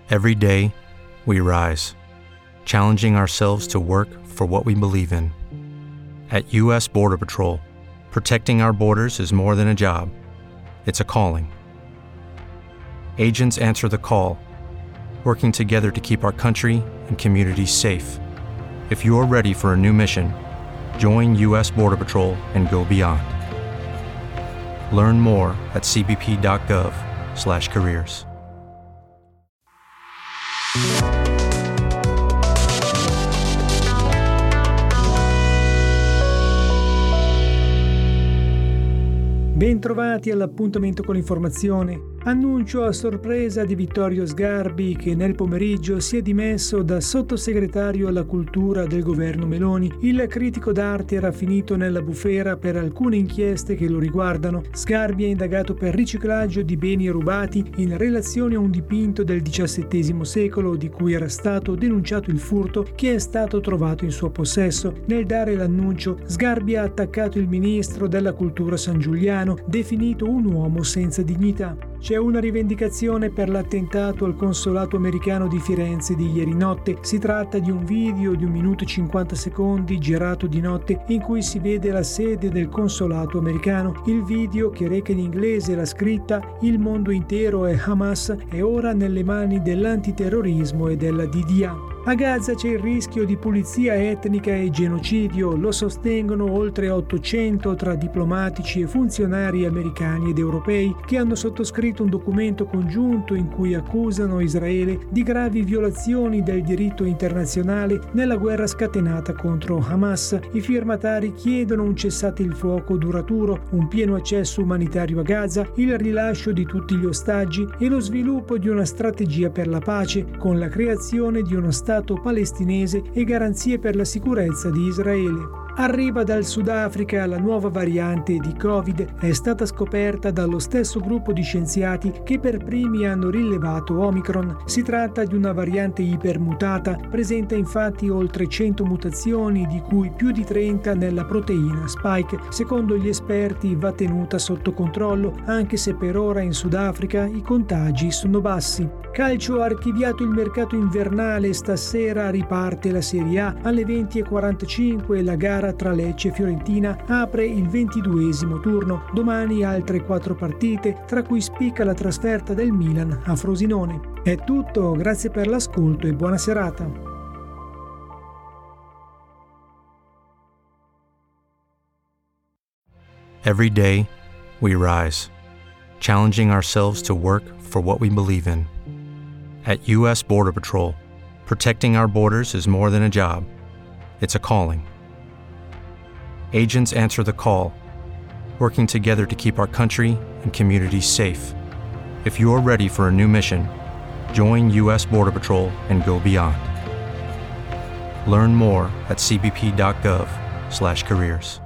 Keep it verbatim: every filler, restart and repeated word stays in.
Every day, we rise, challenging ourselves to work for what we believe in. At U S Border Patrol, protecting our borders is more than a job, it's a calling. Agents answer the call, working together to keep our country and communities safe. If you're ready for a new mission, join U S Border Patrol and go beyond. Learn more at c b p dot gov slash careers. Bentrovati all'appuntamento con l'informazione. Annuncio a sorpresa di Vittorio Sgarbi che nel pomeriggio si è dimesso da sottosegretario alla cultura del governo Meloni. Il critico d'arte era finito nella bufera per alcune inchieste che lo riguardano. Sgarbi è indagato per riciclaggio di beni rubati in relazione a un dipinto del diciassettesimo secolo di cui era stato denunciato il furto che è stato trovato in suo possesso. Nel dare l'annuncio, Sgarbi ha attaccato il ministro della cultura San Giuliano, definito un uomo senza dignità. C'è una rivendicazione per l'attentato al consolato americano di Firenze di ieri notte. Si tratta di un video di un minuto e cinquanta secondi girato di notte in cui si vede la sede del consolato americano. Il video, che reca in inglese la scritta "Il mondo intero è Hamas", è ora nelle mani dell'antiterrorismo e della D D A. A Gaza c'è il rischio di pulizia etnica e genocidio, lo sostengono oltre ottocento tra diplomatici e funzionari americani ed europei che hanno sottoscritto un documento congiunto in cui accusano Israele di gravi violazioni del diritto internazionale nella guerra scatenata contro Hamas. I firmatari chiedono un cessate il fuoco duraturo, un pieno accesso umanitario a Gaza, il rilascio di tutti gli ostaggi e lo sviluppo di una strategia per la pace, con la creazione di uno Stato palestinese e garanzie per la sicurezza di Israele. Arriva dal Sudafrica la nuova variante di Covid, è stata scoperta dallo stesso gruppo di scienziati che per primi hanno rilevato Omicron. Si tratta di una variante ipermutata, presenta infatti oltre cento mutazioni, di cui più di trenta nella proteina spike. Secondo gli esperti va tenuta sotto controllo, anche se per ora in Sudafrica i contagi sono bassi. Calcio, archiviato il mercato invernale, stasera riparte la Serie A. Alle venti e quarantacinque la gara tra Lecce e Fiorentina apre il ventiduesimo turno. Domani altre quattro partite, tra cui spicca la trasferta del Milan a Frosinone. È tutto, grazie per l'ascolto e buona serata. Every day, we rise, challenging ourselves to work for what we believe in. At U S Border Patrol, protecting our borders is more than a job, it's a calling. Agents answer the call, working together to keep our country and communities safe. If you're ready for a new mission, join U S Border Patrol and go beyond. Learn more at c b p dot gov slash careers.